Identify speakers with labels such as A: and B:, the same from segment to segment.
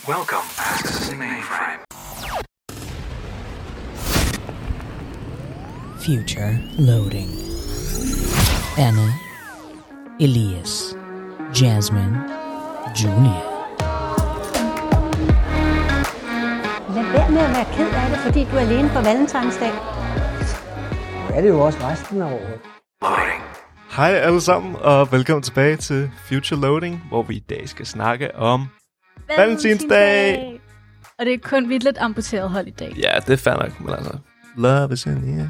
A: Welcome, accessing mainframe.
B: Future loading. Anna, Elias, Jasmine, Julia.
C: Lad være med at være ked af det, fordi du er alene på valentinsdag.
D: Det er det jo også resten af året.
A: Loading.
E: Hej alle sammen, og velkommen tilbage til Future Loading, hvor vi i dag skal snakke om Valentinsdag.
F: Og det er kun vi er et lidt amputeret hold i dag.
E: Ja, det er fair nok, men altså, love is in the air.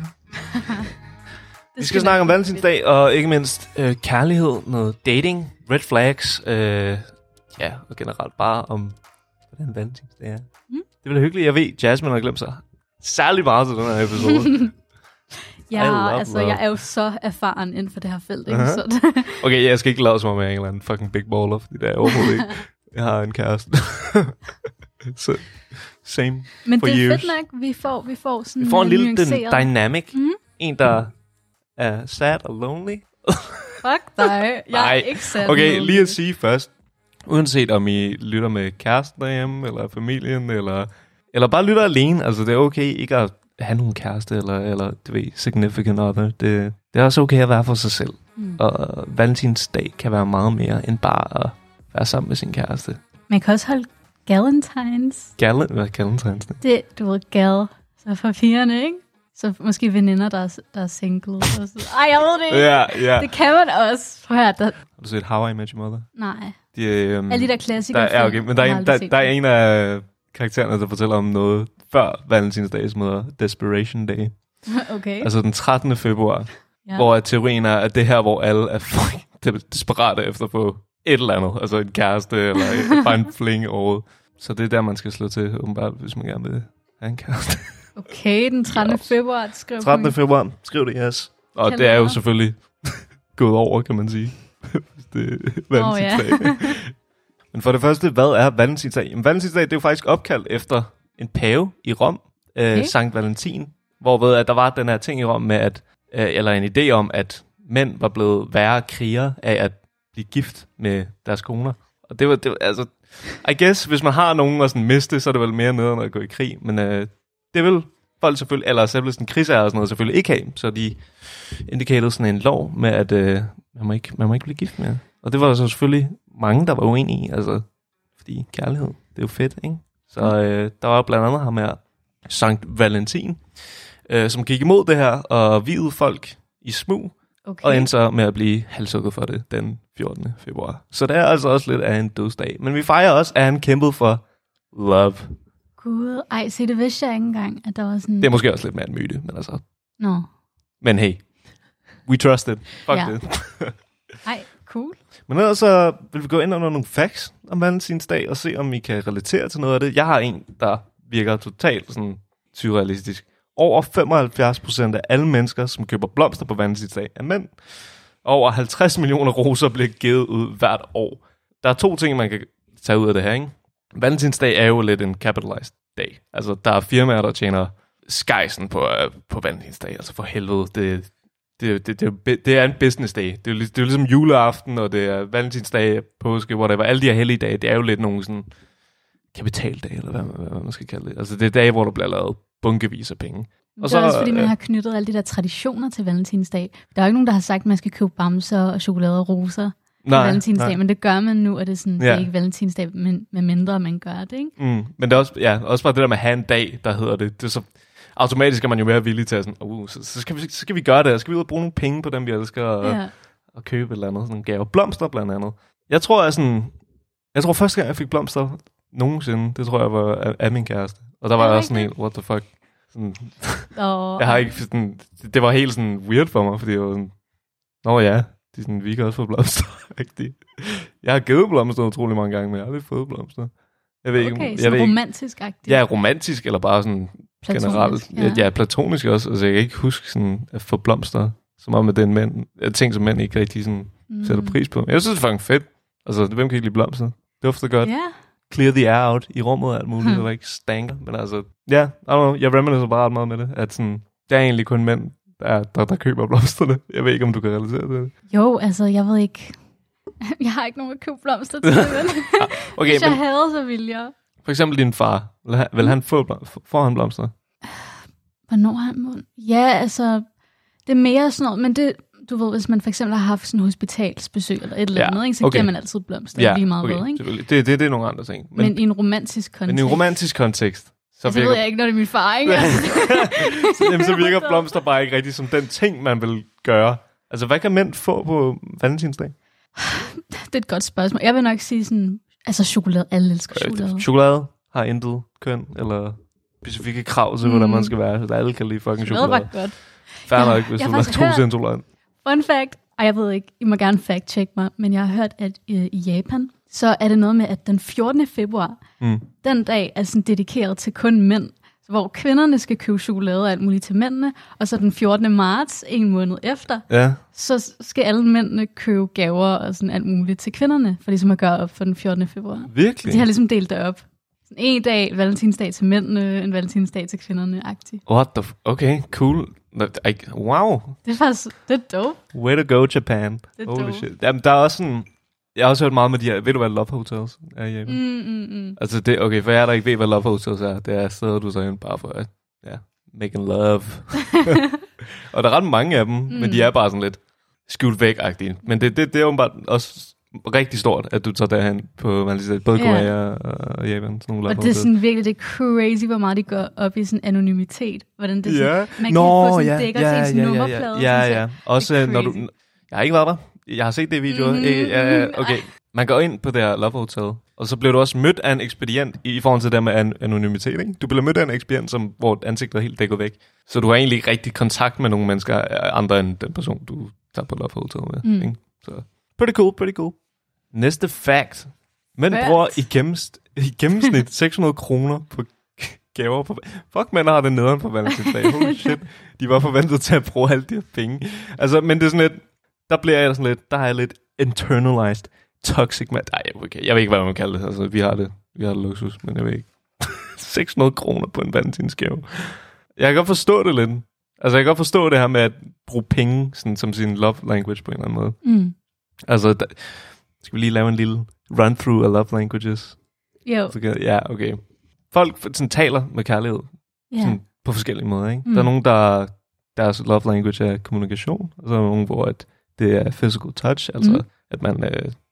E: Vi skal snakke om Valentinsdag, og ikke mindst kærlighed, noget dating, red flags, ja, og generelt bare om, hvordan Valentinsdag er. Det bliver hyggeligt. Jeg ved, Jasmine har glemt sig særlig meget til den her episode.
F: Ja, altså jeg er jo så erfaren inden for det her felt, ikke? Så
E: Okay, jeg skal ikke lade som om jeg er en eller anden fucking big baller, fordi det er overhovedet ikke. Jeg har en kæreste. Så, same
F: men
E: for
F: det er
E: years.
F: fedt nok, vi får sådan
E: Vi får en lille
F: nuanceret.
E: dynamic. En, der er sad og lonely.
F: Fuck dig, jeg er ikke sad.
E: Okay, lige at sige først. Uanset om I lytter med kæresten derhjemme, eller familien, eller bare lytter alene. Altså, det er okay ikke at have nogen kæreste, eller du ved, significant other. Det er også okay at være for sig selv. Og Valentinsdag kan være meget mere, end bare at være sammen med sin kæreste.
F: Man kan også holde galentines.
E: Hvad er Galentines?
F: Det, du ved, gal. Så for pigerne, ikke? Så måske veninder, der er single. Og så. Ej, jeg ved det ikke.
E: Ja.
F: Det kan man også. Prøv at høre,
E: Har du set How I Met Your Mother?
F: nej.
E: Alle
F: de der klassikere.
E: Okay, men der er en af karaktererne, der fortæller om noget før Valentinsdag, som hedder Desperation Day.
F: Okay.
E: Altså den 13. februar, hvor teorien er, at det her, hvor alle er desperate efter at få et eller andet, altså en kæreste, eller bare en fling over. Så det er der, man skal slå til, åbenbart, hvis man gerne vil have en kæreste.
F: Okay, den 13. februar, skriv
E: 13. februar, skriv det, yes. Og det er jo selvfølgelig gået over, kan man sige. Det er Valentinsdag. Men for det første, hvad er Valentinsdag? Jamen, Valentinsdag, det er jo faktisk opkaldt efter en pave i Rom, Sankt Valentin, hvorved at der var den her ting i Rom med, at, eller en idé om, at mænd var blevet værre krigere af at blive gift med deres koner. Og det var altså, I guess, hvis man har nogen at sådan miste, så er det vel mere nederen at gå i krig, men det vil folk selvfølgelig, eller selv sådan krigsherrer og sådan noget, selvfølgelig ikke have, så de indikerede sådan en lov med, at man må ikke blive gift med. Og det var der så selvfølgelig mange, der var uenige i, altså, fordi kærlighed, det er jo fedt, ikke? Så der var blandt andet ham her, Sankt Valentin, som gik imod det her, og vigede folk i smug, og endte så med at blive halshugget for det den 14. februar. Så det er altså også lidt af en dødsdag. Men vi fejrer også, at han kæmpede for love.
F: Gud, ej, se det vidste jeg ikke engang, at der var sådan.
E: Det er måske også lidt mere en myte, men altså.
F: Nå.
E: Men hey, we trust it. Fuck det.
F: Ej, cool.
E: Men ellers så vil vi gå ind under nogle facts om Valentinsdag, og se om I kan relatere til noget af det. Jeg har en, der virker totalt sådan surrealistisk. Over 75% af alle mennesker, som køber blomster på Valentinsdag, er mænd. Over 50 millioner roser bliver givet ud hvert år. Der er 2 ting, man kan tage ud af det her, ikke? Valentinsdag er jo lidt en capitalized dag. Altså, der er firmaer, der tjener skejsen på Valentinsdag. Altså, for helvede, det er en business day. Det er jo ligesom juleaften, og det er Valentinsdag, påske, whatever. Alle de her hellige dage, det er jo lidt nogle sådan kapitaldage, eller hvad man skal kalde det. Altså, det er dage, hvor der bliver lavet bunkevis af penge. Og
F: det er også fordi, man har knyttet alle de der traditioner til Valentinsdag. Der er jo ikke nogen, der har sagt, at man skal købe bamser og chokolade og roser på Valentinsdag, men det gør man nu, og det er sådan, det er ikke Valentinsdag, men med mindre man gør det, ikke?
E: Men det er også bare det der med at have en dag, der hedder det. Det er så automatisk er man jo mere villig til at sådan, så skal vi gøre det, og skal vi ud og bruge nogle penge på dem, vi elsker, og købe et eller andet, sådan gaver. Blomster blandt andet. Jeg tror første gang, jeg fik blomster nogensinde, det tror jeg var af min kæreste. Og der var jeg også sådan helt, what the fuck. Sådan, jeg har ikke sådan, det var helt sådan weird for mig, fordi jeg var sådan, de sådan, vi kan også få blomster. Jeg har givet blomster utrolig mange gange, men jeg har aldrig fået blomster. Jeg ved ikke,
F: så romantisk-agtigt.
E: Ja, romantisk, eller bare sådan platonisk, generelt. Ja, platonisk også. Altså, jeg kan ikke huske sådan, at få blomster, som om at den mænd, ting, som mænd ikke rigtig sådan, sætter pris på. Jeg synes, det er fucking fedt. Altså, hvem kan ikke lide blomster? Dufter godt.
F: Ja.
E: Clear the air out i rummet og alt muligt, der ikke stanker. Men altså, jeg reminiscer bare ret meget med det, at sådan, det er egentlig kun mænd, der køber blomsterne. Jeg ved ikke, om du kan relatere til det.
F: Jo, altså, jeg ved ikke. Jeg har ikke nogen at købe blomster til, men okay, hvis jeg havde, så ville jeg.
E: For eksempel din far. Vil han får han blomster?
F: Hvornår har han mund? Ja, altså, det er mere sådan noget, men det, du ved, hvis man for eksempel har haft sådan en hospitalsbesøg eller et eller andet, ikke, så giver man altid blomster lige meget ved, ikke?
E: Det er nogle andre ting.
F: Men i en romantisk kontekst.
E: Så
F: altså, ved jeg ikke, når det er min far, ikke?
E: så virker blomster bare ikke rigtig som den ting, man vil gøre. Altså, hvad kan mænd få på valentinsdag?
F: Det er et godt spørgsmål. Jeg vil nok sige sådan, altså chokolade. Alle elsker chokolade.
E: Chokolade har intet køn, eller specifikke krav til, hvordan man skal være. Så alle kan lide fucking chokolade.
F: Det var godt.
E: Fair nok, hvis du er laktoseintolerant.
F: Fun fact, og jeg ved ikke, I må gerne fact-check mig, men jeg har hørt, at i Japan, så er det noget med, at den 14. februar, den dag er sådan dedikeret til kun mænd, hvor kvinderne skal købe chokolade og alt muligt til mændene, og så den 14. marts, en måned efter, så skal alle mændene købe gaver og sådan alt muligt til kvinderne, for ligesom at gøre op for den 14. februar.
E: Virkelig?
F: De har ligesom delt det op. En dag, valentinsdag til mændene, en valentinsdag til kvinderne-agtigt.
E: What the okay, cool. Wow.
F: Det er faktisk, det er dope.
E: Way to go, Japan. Holy shit. Jamen, der er også sådan, jeg har også hørt meget med de her, ved du hvad Love Hotels er i Japan? Altså det, okay, for jeg der ikke ved, hvad Love Hotels er, det er steder, du så ind bare for at, making love. Og der er ret mange af dem, men de er bare sådan lidt skjult væk-agtige. Men det er jo bare også rigtig stort, at du tager derhen på både Korea og Japan.
F: Og det er sådan virkelig, det er crazy, hvor meget de går op i sådan anonymitet. Hvordan det sådan, man kan få sådan dækker til en nummerplade.
E: Ja. Også når du, jeg har ikke været der. Jeg har set det i videoer. Okay. Man går ind på det her Love Hotel, og så bliver du også mødt af en ekspedient i forhold til det med anonymitet. Ikke? Du bliver mødt af en ekspedient, hvor ansigtet er helt dækket væk. Så du har egentlig ikke rigtig kontakt med nogle mennesker, andre end den person, du tager på Love Hotel med. Ikke? Så pretty cool. Næste fact. Mænd bruger i gennemsnit 600 kroner på gaver. Fuck, mænd har det nederen på valentinsdag. Holy shit. De var forventet til at bruge alle de her penge. Altså, men det er sådan lidt, der har jeg lidt internalized toxic mand. Nej, jeg ved ikke, hvad man kalder det. Altså, vi har det luksus, men jeg ved ikke. 600 kroner på en valentinsgave. Jeg kan godt forstå det lidt. Altså, jeg kan godt forstå det her med at bruge penge sådan, som sin love language på en eller anden måde. Altså, skal vi lige lave en lille run-through af love languages?
F: Jo.
E: Ja, okay. Folk sådan, taler med kærlighed sådan, på forskellige måder, ikke? Der er nogen, deres love language er kommunikation, og så er der nogen, hvor det er physical touch, altså at man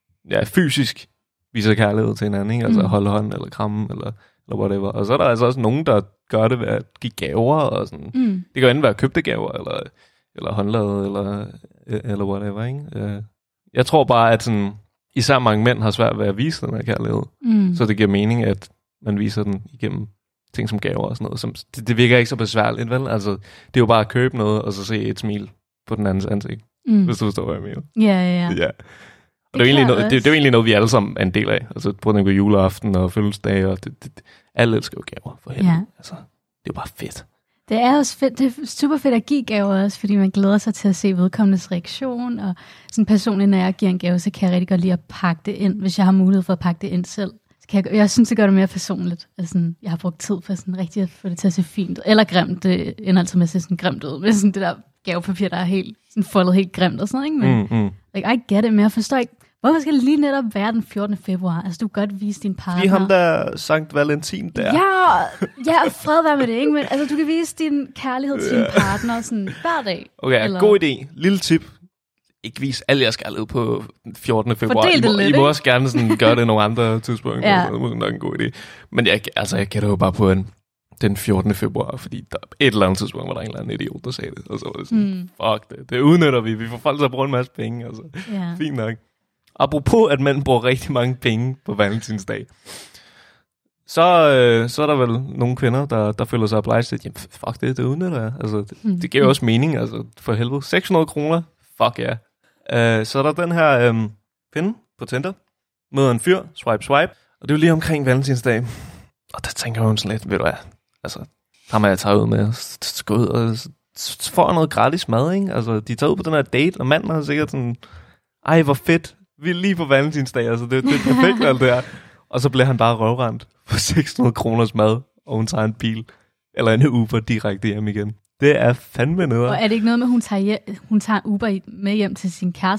E: fysisk viser kærlighed til hinanden, ikke? Altså holde hånd, eller kramme, eller whatever. Og så er der altså også nogen, der gør det ved at give gaver, og sådan. Det kan jo enten være købte gaver, eller håndlavet, eller whatever, ikke? Jeg tror bare, at sådan, især mange mænd har svært ved at vise den her kærlighed. Så det giver mening, at man viser den igennem ting som gaver og sådan noget. Som, det virker ikke så besværligt, vel? Altså, det er jo bare at købe noget, og så se et smil på den andens ansigt. Hvis du forstår, hvad jeg mener.
F: Ja.
E: Og det er jo egentlig noget, vi alle sammen er en del af. Altså, på den juleaften og fødselsdag, og alle elsker jo gaver, for helvede. Ja. Altså, det er jo bare fedt.
F: Det er også fedt. Det er super fedt at give gaver også, fordi man glæder sig til at se vedkommendes reaktion. Og sådan personligt, når jeg giver en gave, så kan jeg rigtig godt lide at pakke det ind, hvis jeg har mulighed for at pakke det ind selv. Jeg synes, det gør det mere personligt. Altså, jeg har brugt tid for sådan rigtig at få det til at se fint eller grimt. Det ender altså med at se sådan grimt ud. Med sådan det der gavepapir, der er helt sådan foldet helt grimt og sådan noget. Ikke? Men like, I get it, men jeg forstår ikke, hvorfor skal det lige netop være den 14. februar? Altså, du kan godt vise din partner.
E: Vi ham der Sankt Valentin der.
F: Ja, fred være med det, ikke? Men altså, du kan vise din kærlighed til din partner sådan hver dag.
E: Okay, eller... god idé. Lille tip. Ikke vis al jeres kærlighed på 14. februar. I må også gerne sådan gøre det nogle andre tidspunkter. Det er nok en god idé. Men jeg gætter jo bare på den 14. februar, fordi der et eller andet tidspunkt var der en eller anden idiot, der sagde det. Og så var det sådan, fuck det. Det udnytter vi. Vi får folk til at bruge en masse penge. Altså. Fint nok. Apropos, at man bruger rigtig mange penge på valentinsdag, så er der vel nogle kvinder, der føler sig obliged til, jamen fuck det udnytter jeg. Altså, det giver jo også mening, altså for helvede. 600 kroner, fuck ja. Så er der den her kvinde på Tinder, møder en fyr, swipe, og det er jo lige omkring valentinsdag. Og der tænker hun sådan lidt, ved du hvad, altså, ham er jeg taget ud med, gå ud og får noget gratis mad, ikke? Altså, de tager ud på den her date, og manden har sikkert sådan, ej, hvor fedt, vi er lige på valentinsdag, altså, det er perfekt alt det her. Og så bliver han bare røvrendt for 600 kroners mad, og hun tager en bil, eller en Uber direkte hjem igen. Det er fandme noget.
F: Og er det ikke noget med, hun tager Uber med hjem til sin kæreste?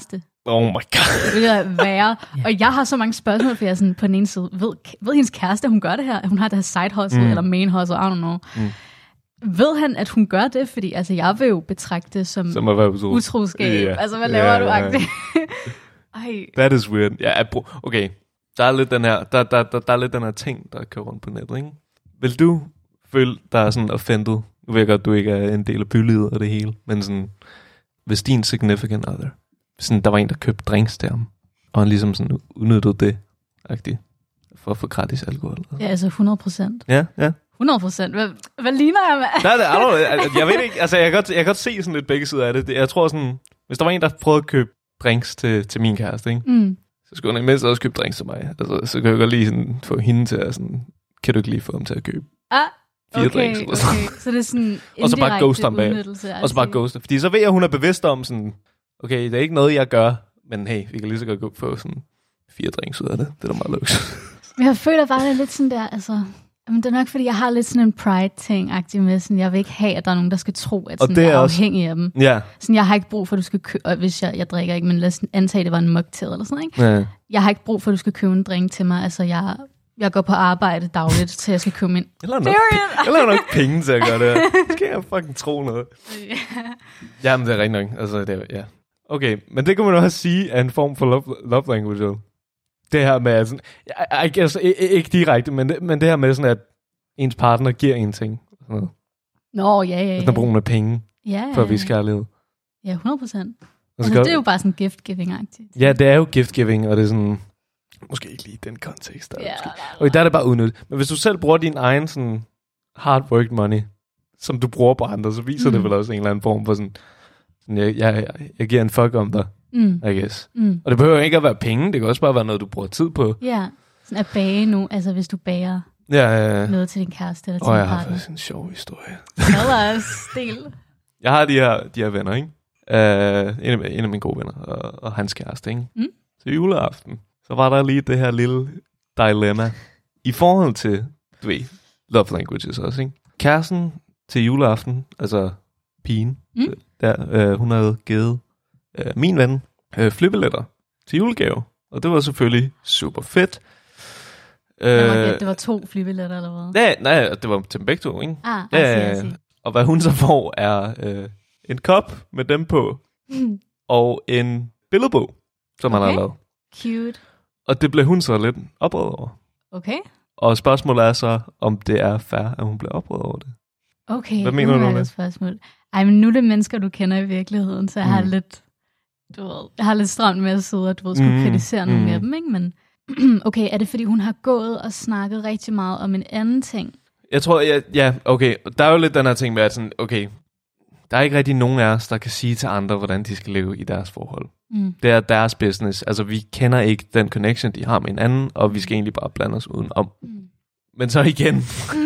E: Oh my god.
F: Det vil være. Og jeg har så mange spørgsmål, for jeg sådan, på den ene side, ved hendes kæreste, at hun gør det her? At hun har det her side hustle, eller main hustle, I don't know. Ved han, at hun gør det? Fordi altså, jeg vil jo betragte det som utroskab.
E: Yeah.
F: Altså, hvad laver du agtigt?
E: Ej. That is weird. Ja, okay. Der er lidt den her, der er lidt den her ting, der kører rundt på nettet, ikke? Vil du føle, der er sådan offended? Nu ved jeg godt, du ikke er en del af bylivet og det hele, men sådan, hvis din significant other, sådan, der var en, der købte drinks til ham, og han ligesom sådan udnyttede det, agtigt, for at få gratis alkohol.
F: Ja, altså 100%.
E: Ja.
F: 100%. Hvad ligner jeg med?
E: Nej, jeg ved ikke, altså jeg kan godt se sådan lidt begge sider af det. Jeg tror sådan, hvis der var en, der prøvede at købe drinks til min kæreste, ikke? Så skulle han imens også købe drinks til mig. Altså, så kan jeg godt lige sådan få hende til at sådan, kan du ikke lige få ham til at købe 4 drinks eller sådan.
F: Okay. Så det er sådan
E: og så bare ghost ham bag. Og så bare ghost. Fordi så ved jeg, hun er bevidst om sådan, okay, det er ikke noget, jeg gør, men hey, vi kan lige så godt gå få sådan 4 drinks ud af det. Det er da meget luks.
F: Men jeg føler bare, det er lidt sådan der, altså... Men det er nok, fordi jeg har lidt sådan en pride-ting-agtig med, sådan, jeg vil ikke have, at der er nogen, der skal tro, at sådan, jeg er afhængig af dem.
E: Ja.
F: Sådan, jeg har ikke brug for, at du skal købe, hvis jeg drikker ikke, men lad os antage, det var en mocktail eller sådan, ikke?
E: Ja.
F: Jeg har ikke brug for, at du skal købe en drink til mig. Altså, jeg går på arbejde dagligt, så jeg skal købe min...
E: Jeg laver nok penge til at gøre det her. Skal jeg fucking tro noget? Jamen, det er rigtig nok. Altså, det er, ja. Okay, men det kan man jo også sige er en form for love language. Det her med, sådan, altså, ikke direkte, men det her med sådan, at ens partner giver en ting.
F: Nå, ja.
E: Sådan at bruge penge for at vise kærlighed.
F: Ja, 100%. Altså, det er jo bare sådan gift-giving-agtigt.
E: Ja, det er jo gift-giving, og det er sådan... Måske ikke lige i den kontekst. Og der er det bare udnyttet. Men hvis du selv bruger din egen sådan hard-worked money, som du bruger på andre, så viser det vel også en eller anden form for sådan jeg giver en fuck om dig, I guess. Og det behøver ikke at være penge, det kan også bare være noget, du bruger tid på.
F: Ja, sådan at bage nu, altså hvis du bager noget til din kæreste eller til din
E: jeg
F: partner.
E: har faktisk en sjov historie.
F: Stil.
E: Jeg har de her venner, ikke? En af mine gode venner, og hans kæreste, ikke? Så juleaften, så var der lige det her lille dilemma i forhold til, du ved, love languages også, ikke? Kæresten til juleaften, altså pigen, hun havde givet min ven flybilletter til julegave, og det var selvfølgelig super fedt.
F: Det var 2 flybilletter, eller hvad?
E: Nej, det var til dem begge to, ikke?
F: I see.
E: Og hvad hun så får er en kop med dem på, og en billedbog, som han har lavet.
F: Cute.
E: Og det blev hun så lidt oprevet over.
F: Okay.
E: Og spørgsmålet er så, om det er fair, at hun bliver oprevet over det.
F: Okay,
E: hvad mener du med
F: spørgsmål? Ej, men nu er det mennesker, du kender i virkeligheden, så jeg har lidt, jeg har lidt stramt med at sidde og skulle kritisere nogle af dem, ikke? Men okay, er det fordi hun har gået og snakket rigtig meget om en anden ting?
E: Jeg tror, okay. Der er jo lidt den her ting med, at sådan, okay, der er ikke rigtig nogen af os, der kan sige til andre, hvordan de skal leve i deres forhold. Det er deres business. Altså, vi kender ikke den connection, de har med hinanden, og vi skal egentlig bare blande os udenom. Men så igen,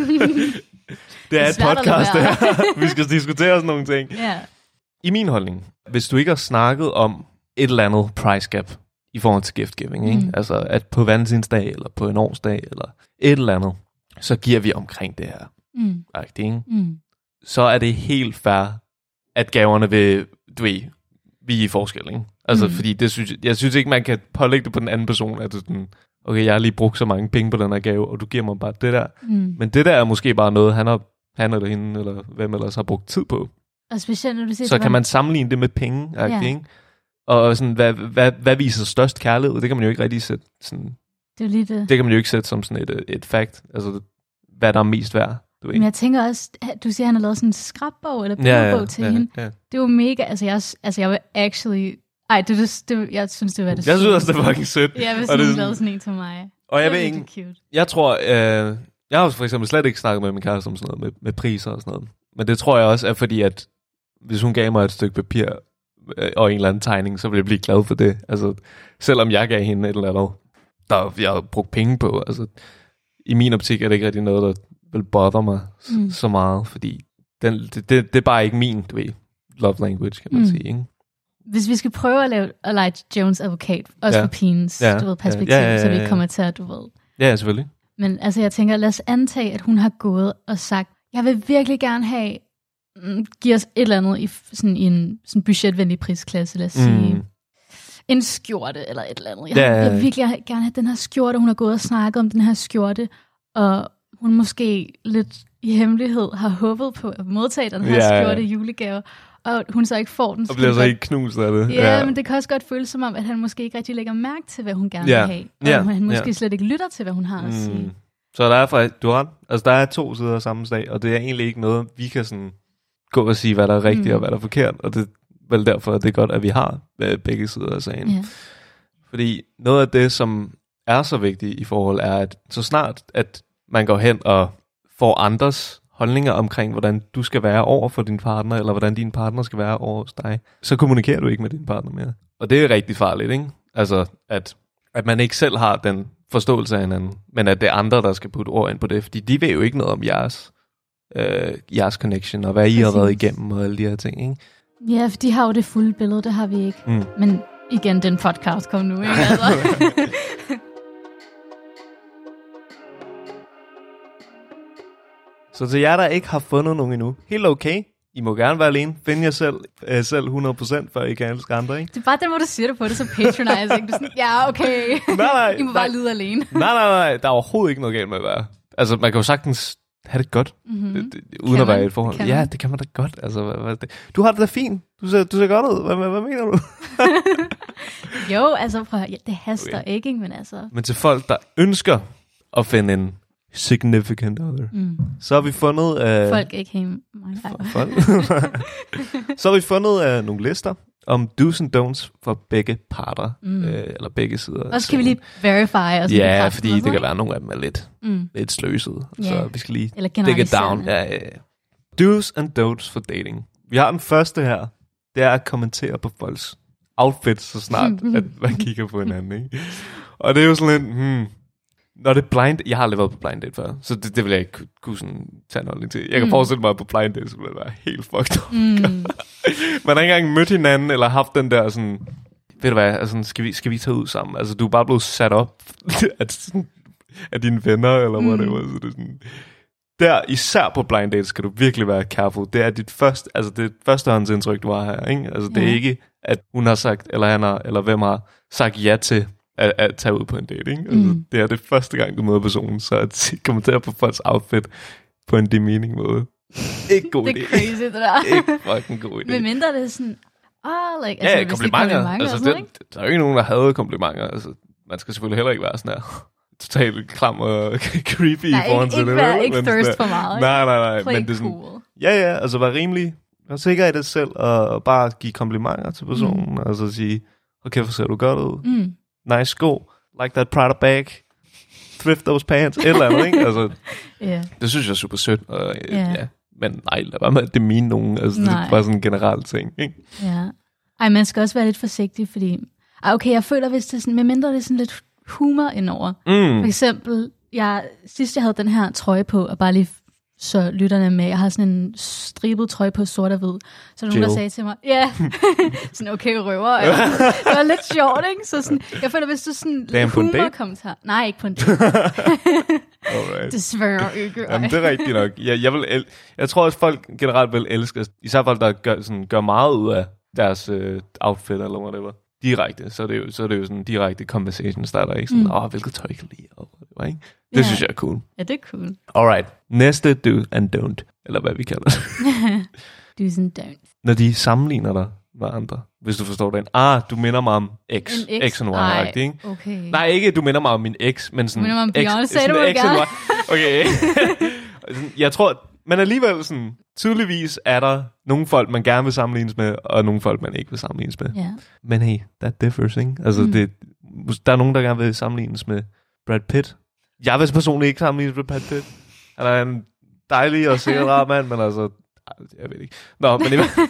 E: det er et podcast, det her. Vi skal diskutere sådan nogle ting.
F: Yeah.
E: I min holdning, hvis du ikke har snakket om et eller andet price gap i forhold til gift giving, ikke? Altså, at på valentinsdag, eller på en årsdag, eller et eller andet, så giver vi omkring det her. Ikke? Så er det helt fair, at gaverne vil, vi er i forskel, ikke? Altså, fordi jeg synes ikke, man kan pålægge det på den anden person, at sådan, okay, jeg har lige brugt så mange penge på den her gave, og du giver mig bare det der. Men det der er måske bare noget, han eller hende, eller hvem ellers har brugt tid på.
F: Og specielt, når du siger,
E: så kan man sammenligne det med penge, ikke? Og sådan, hvad viser størst kærlighed? Det kan man jo ikke rigtig sætte sådan...
F: Det er lige det.
E: Det kan man jo ikke sætte som sådan et fact. Altså, hvad der er mest værd.
F: Men jeg tænker også, du siger, at han har lavet sådan en skrabbog eller billedbog til hende. Ja. Det er jo mega... Altså, jeg vil actually... Ej, jeg synes, det var det.
E: Jeg synes også, det var fucking sødt.
F: Ja, hvis hun lavede sådan en til mig.
E: Og jeg ved ikke... Jeg tror... jeg har for eksempel slet ikke snakket med min kæreste om sådan noget med priser og sådan noget. Men det tror jeg også er fordi, at hvis hun gav mig et stykke papir og en eller anden tegning, så ville jeg blive glad for det. Altså, selvom jeg gav hende et eller andet, der jeg havde brugt penge på. Altså, i min optik er det ikke rigtig noget, der vil bother mig så meget, fordi det er bare ikke min, love language, kan man sige, ikke?
F: Hvis vi skal prøve at lege Jones advokat, også for pigens perspektiv, så vi ikke kommer til at,
E: Ja, selvfølgelig.
F: Men altså, jeg tænker, lad os antage, at hun har gået og sagt, jeg vil virkelig gerne have, giv os et eller andet i en sådan budgetvenlig prisklasse, lad os sige, en skjorte eller et eller andet. Jeg vil virkelig gerne have den her skjorte. Hun har gået og snakket om den her skjorte, og hun måske lidt i hemmelighed har håbet på at modtage den her skjorte i julegave, og hun så ikke får den.
E: Og bliver så ikke knust af det.
F: Ja, men det kan også godt føles som om, at han måske ikke rigtig lægger mærke til, hvad hun gerne vil have. Og han måske slet ikke lytter til, hvad hun har at sige.
E: Så der er du har ret. Altså, der er 2 sider af samme sag, og det er egentlig ikke noget, vi kan sådan gå og sige, hvad der er rigtigt og hvad der er forkert. Og det er vel derfor, at det er godt, at vi har begge sider af sagen. Yeah. Fordi noget af det, som er så vigtigt i forhold, er, at så snart, at man går hen og får andres holdninger omkring, hvordan du skal være over for din partner, eller hvordan din partner skal være over hos dig, så kommunikerer du ikke med din partner mere. Og det er rigtig farligt, ikke? Altså, at man ikke selv har den forståelse af hinanden, men at det er andre, der skal putte ord ind på det, fordi de ved jo ikke noget om jeres connection, og hvad I har været igennem, og alle de her ting, ikke?
F: Ja, for de har jo det fulde billede, det har vi ikke. Men igen, den podcast kom nu, ikke? Altså.
E: Så til jer, der ikke har fundet nogen endnu, helt okay. I må gerne være alene. Find jer selv 100%, før I kan elske andre, ikke?
F: Det er bare den, hvor du siger det på det, så patronizing. Du er sådan, ja, okay.
E: Nej,
F: I må bare lide alene.
E: Nej. Der er overhovedet ikke noget galt med at være. Altså, man kan jo sagtens have det godt, uden at være i et forhold. Ja, det kan man da godt. Altså, hvad det? Du har det da fint. Du ser godt ud. Hvad mener du?
F: Jo, altså, det haster ikke, men altså...
E: Men til folk, der ønsker at finde en significant other, så har vi fundet...
F: folk ikke hjemme.
E: Så har vi fundet nogle lister om do's and don'ts for begge parter, eller begge sider.
F: Og så kan vi lige verify. Og
E: ja, fordi det kan være, nogle af dem er lidt sløsede. Så vi skal lige dig it down. Ja. Do's and don'ts for dating. Vi har den første her. Det er at kommentere på folks outfits, så snart at man kigger på hinanden. Ikke? Og det er jo sådan lidt... Når det er blind... Jeg har aldrig været på blind date før, så det vil jeg ikke kunne sådan tage en holdning til. Jeg kan forestille mig, at på blind date, så ville det være helt fucked up. Man har ikke engang mødt hinanden, eller haft den der sådan... Ved du hvad, altså, skal vi tage ud sammen? Altså, du er bare blevet sat op af dine venner, eller whatever. Så det er sådan... Der, især på blind date, skal du virkelig være careful. Det er dit førstehåndsindtryk, du har her, ikke? Altså, det er ikke, at hun har sagt, eller han har, eller hvem har sagt ja til at tage ud på en date, ikke? Altså, det er det første gang, du møder personen, så at kommentere på folks outfit på en demeaning måde. Ikke god idé.
F: Det er crazy, det der.
E: Ikke fucking god idé.
F: Men mindre det er sådan,
E: altså, komplimenter. Altså, der er jo ikke nogen, der havde komplimenter. Altså, man skal selvfølgelig heller ikke være sådan her totalt klam og creepy i forhold til det.
F: Nej, ikke thirst for meget.
E: Nej.
F: Men det er sådan, cool.
E: Ja, altså være rimelig, være sikker i det selv, og bare give komplimenter til personen, og så sige, okay, for ser du godt ud. Nice sko, like that Prada bag, thrift those pants, et eller andet, ikke? Altså, det synes jeg er super sødt, og men nej, lad være med, at det mener nogen, altså det er bare sådan en generel ting, ikke?
F: Ja. Ej, man skal også være lidt forsigtig, fordi, okay, jeg føler, hvis det er sådan, medmindre det er sådan lidt humor indover. For eksempel, sidst jeg havde den her trøje på, og bare lige så lytterne med, jeg har sådan en stribet trøje på, sort og hvid. Så der nogen, der sagde til mig, sådan okay røver. Det var lidt sjovt, ikke? Så sådan, jeg føler, hvis du sådan humor-kommentar. Nej, ikke på en date. Desværre ikke.
E: Jamen, det er rigtigt nok. Jeg tror, at folk generelt vil elske, især folk, der gør meget ud af deres outfit, eller whatever. Direkte, så er det jo sådan en direkte conversation starter, ikke? Sådan, hvilket tøj kan lide, ikke? Det synes jeg er cool.
F: Ja, det er cool.
E: Alright, næste do and don't, eller hvad vi kalder det.
F: Do's and don'ts.
E: Når de sammenligner dig med andre, hvis du forstår det. Du minder mig om X and Y, ikke?
F: Okay.
E: Nej, ikke du minder mig om min eks, men sådan...
F: Du minder mig om Beyoncé, du vil gerne.
E: Okay. Jeg tror... Men alligevel sådan, tydeligvis er der nogle folk, man gerne vil sammenlignes med, og nogle folk, man ikke vil sammenlignes med.
F: Yeah.
E: Men hey, that differs, ikke? Altså, der er nogen, der gerne vil sammenlignes med Brad Pitt. Jeg vil personligt ikke sammenlignes med Brad Pitt. Han er en dejlig og sikkert rar mand, men altså... Jeg ved ikke. Nå,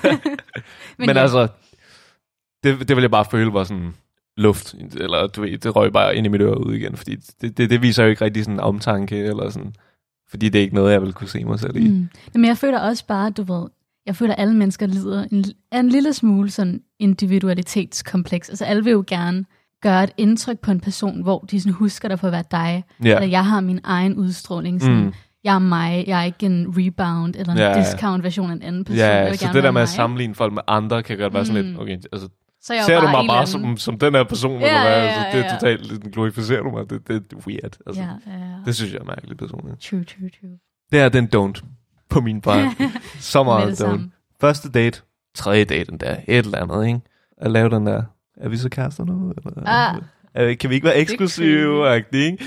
E: men altså... Det vil jeg bare føle var sådan luft, eller du ved, det røg bare ind i mit øre ud igen, fordi det viser jo ikke rigtig sådan omtanke, eller sådan... Fordi det er ikke noget, jeg vil kunne se mig selv i.
F: Men jeg føler også bare, du ved, jeg føler, at alle mennesker lider en lille smule sådan individualitetskompleks. Altså alle vil jo gerne gøre et indtryk på en person, hvor de sådan husker dig for at være dig. Eller jeg har min egen udstråling. Sådan, jeg er mig, jeg er ikke en rebound eller en discount version af en anden person.
E: Ja, så det der med at sammenligne folk med andre, kan godt være sådan lidt, okay, altså
F: Så jeg
E: ser du
F: bare
E: mig bare som den her person, eller hvad? Altså, det er totalt, glorificerer du mig. Det er weird. Altså, det synes jeg er mærkeligt personligt.
F: True.
E: Det er den don't på min part. Så meget don't. Første date, tredje date, den der, et eller andet, ikke? At lave den der, er vi så kærester nu? Eller, kan vi ikke være eksklusive? Ikke?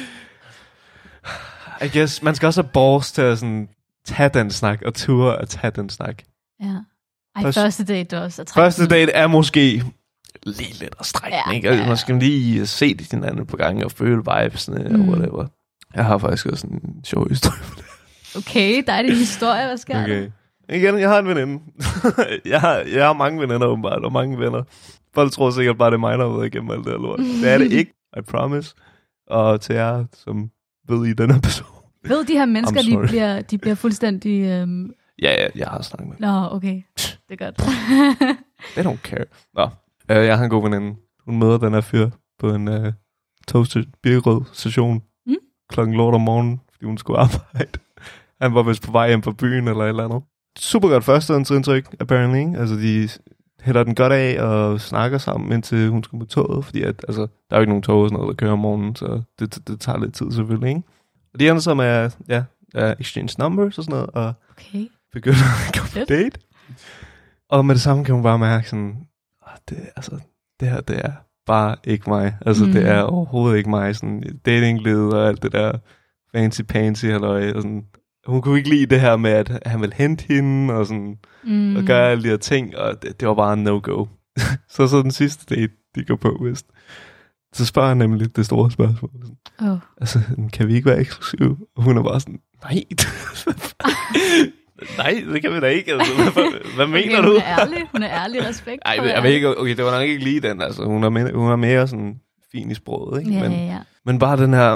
E: I guess, man skal også have balls til at sådan, tage den snak, og ture at tage den snak.
F: Ja. Første date også.
E: Første date er måske lige lidt at strække, ikke? Altså, man skal lige se det hinanden på gange, og føle vibesene, og whatever. Jeg har faktisk også en sjov historie for det.
F: Okay, der er din historie, hvad sker der?
E: Igen, jeg har en veninde. jeg har mange veninder åbenbart, og mange venner. Folk tror sikkert bare, det er mig, der har været igennem alt det her lort. Det er det ikke, I promise. Og til jer, som ved I den her person.
F: Ved de her mennesker, de bliver fuldstændig...
E: Ja, jeg har snakket med.
F: Nå, okay. Det er godt.
E: They don't care. Nå, jeg har en god veninde. Hun møder den her fyr på en toasted Birkerød station klokken lort om morgenen, fordi hun skulle arbejde. Han var vist på vej hjem fra byen eller et eller andet. Super godt førstehåndsindtryk, apparently. Ikke? Altså, de hælder den godt af og snakker sammen, indtil hun skulle på toget, fordi at, altså, der er jo ikke nogen tog og sådan noget, der kører om morgenen, så det tager lidt tid selvfølgelig, ikke? Og de ender så med, exchange numbers og sådan noget, og begynder at gå på date. Og med det samme kan hun bare mærke sådan, det her, det er bare ikke mig. Altså, det er overhovedet ikke mig. Sådan datingled og alt det der fancy halløj, og sådan. Hun kunne ikke lide det her med, at han ville hente hende, og sådan, og gøre alle de her ting, og det var bare en no-go. så den sidste date, de går på, vist. Så spørger han nemlig det store spørgsmål. Sådan, altså, kan vi ikke være eksklusive? Og hun er bare sådan, nej. Nej, det kan vi da ikke. Altså, hvad mener du?
F: Hun er ærlig, respekt.
E: Nej, jeg ved ikke, okay, det var nok ikke lige den. Altså, hun er mere sådan fin i sproget, ikke? Men bare den her,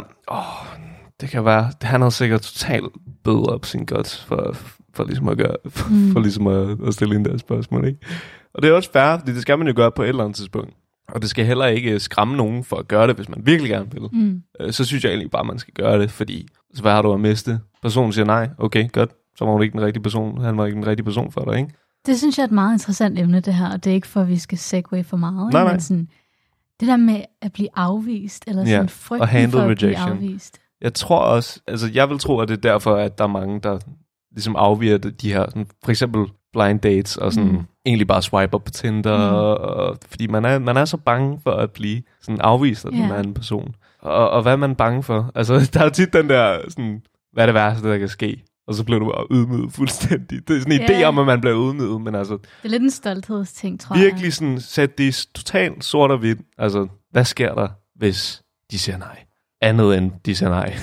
E: det kan være, han har sikkert totalt bødet op sin guts for ligesom at gøre, for ligesom at stille ind der spørgsmål, ikke? Og det er også fair, fordi det skal man jo gøre på et eller andet tidspunkt. Og det skal heller ikke skræmme nogen for at gøre det, hvis man virkelig gerne vil. Så synes jeg egentlig bare, man skal gøre det, fordi så hvad har du at miste? Personen siger nej, okay, godt. Så var hun ikke den rigtige person. Han var ikke den rigtige person for dig, ikke?
F: Det synes jeg er et meget interessant emne, det her. Og det er ikke for, at vi skal segue for meget. Nej. Men sådan, det der med at blive afvist, eller sådan frygten for at blive afvist.
E: Jeg tror også, altså jeg vil tro, at det er derfor, at der er mange, der ligesom afviger de her, sådan, for eksempel blind dates, og sådan egentlig bare swiper på Tinder, og, fordi man er så bange for at blive sådan afvist af den anden person. Og hvad er man bange for? Altså, der er tit den der, sådan, hvad er det værste, der kan ske? Og så bliver du bare ydmyget fuldstændig. Det er sådan en idé om, at man bliver ydmyget, men altså... Det
F: er lidt en stolthedsting, tror jeg.
E: Virkelig sådan, sæt det totalt sort og hvidt. Altså, hvad sker der, hvis de siger nej? Andet end de siger nej.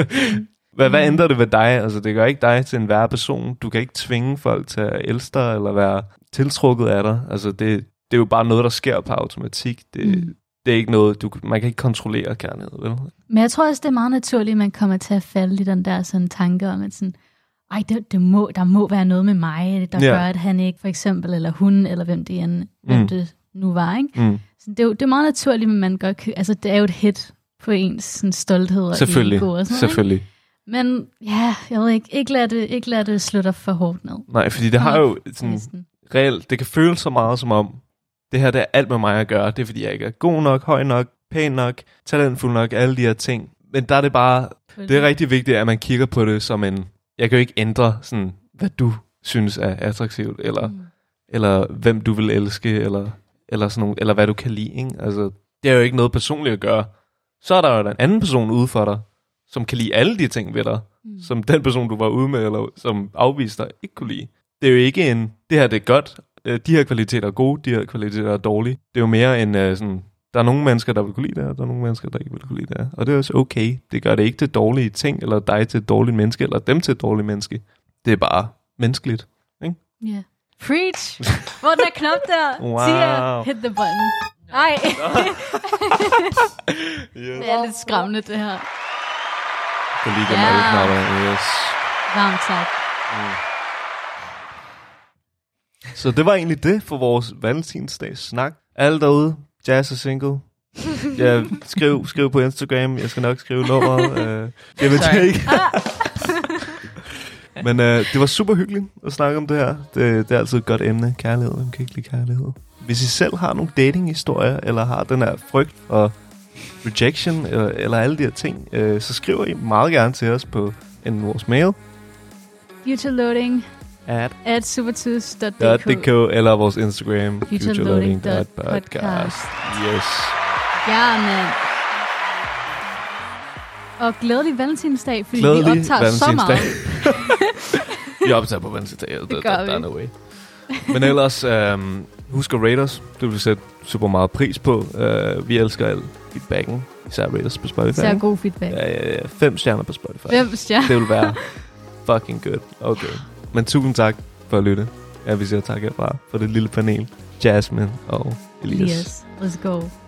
E: Hvad ændrer det ved dig? Altså, det gør ikke dig til en værre person. Du kan ikke tvinge folk til at elske dig, eller være tiltrukket af dig. Altså, det er jo bare noget, der sker på automatik. Det er ikke noget, man kan ikke kontrollere kærlighed, vel?
F: Men jeg tror også, det er meget naturligt, at man kommer til at falde i den der sådan tanker om, at sådan, der må være noget med mig, der gør, at han ikke, for eksempel, eller hun, eller hvem det nu var, ikke? Så det er meget naturligt, men man godt, altså det er jo et hit på ens sådan, stolthed og ego og sådan, selvfølgelig. Ikke? Men ja, jeg ved ikke lad det slå dig for hårdt ned.
E: Nej, fordi det har jo sådan reelt, det kan føles så meget som om, det her, det er alt med mig at gøre. Det er, fordi jeg ikke er god nok, høj nok, pæn nok, talentfuld nok, alle de her ting. Men der er det bare, det er rigtig vigtigt, at man kigger på det som en, jeg kan jo ikke ændre sådan, hvad du synes er attraktivt, eller hvem du vil elske, eller sådan nogle, eller hvad du kan lide, ikke? Altså, det er jo ikke noget personligt at gøre. Så er der jo en anden person ude for dig, som kan lide alle de ting ved dig, som den person, du var ude med, eller som afviste dig, ikke kunne lide. Det er jo ikke en, det her det er godt, de her kvaliteter er gode, de her kvaliteter er dårlige. Det er jo mere en sådan, der er nogle mennesker, der vil kunne lide det, og der er nogle mennesker, der ikke vil kunne lide det. Og det er også okay. Det gør det ikke til dårlige ting, eller dig til et dårligt menneske, eller dem til et dårligt menneske. Det er bare menneskeligt, ikke?
F: Ja. Yeah. Preach! Hvor den der knop der?
E: Wow.
F: Tia, hit the button. Ej. Yes. Det er lidt skræmmende, det her.
E: Det ligger med knapper, yes.
F: Varmt tak.
E: Så det var egentlig det for vores valentinsdags snak. Alle derude, Jazz er single. Ja, skriv på Instagram. Jeg skal nok skrive nummeret. Jeg ved det ikke. Men det var super hyggeligt at snakke om det her. Det er altid et godt emne. Kærlighed. Hvem kan ikke lide kærlighed? hvis I selv har nogle datinghistorier, eller har den her frygt og rejection, eller alle de her ting, så skriver I meget gerne til os på vores mail.
F: Futureloading at supertudes.dk
E: eller vores Instagram,
F: futureloading.podcast.
E: Yes.
F: Ja, mand. Og glædelig valentinsdag, fordi
E: Glædelig
F: vi optager så meget.
E: Vi optager på valentinsdag.
F: Det gør vi.
E: No way. Men ellers, husk at rate os. Det vil vi sætte super meget pris på. Vi elsker al feedbacken. Især rate os på Spotify.
F: Især god feedback.
E: Ja. 5 stjerner på Spotify.
F: 5 stjerner.
E: Det vil være fucking good. Okay. Men tusind tak for at lytte. Ja, vi siger tak herfra for det lille panel. Jasmine og Elias.
F: Let's go.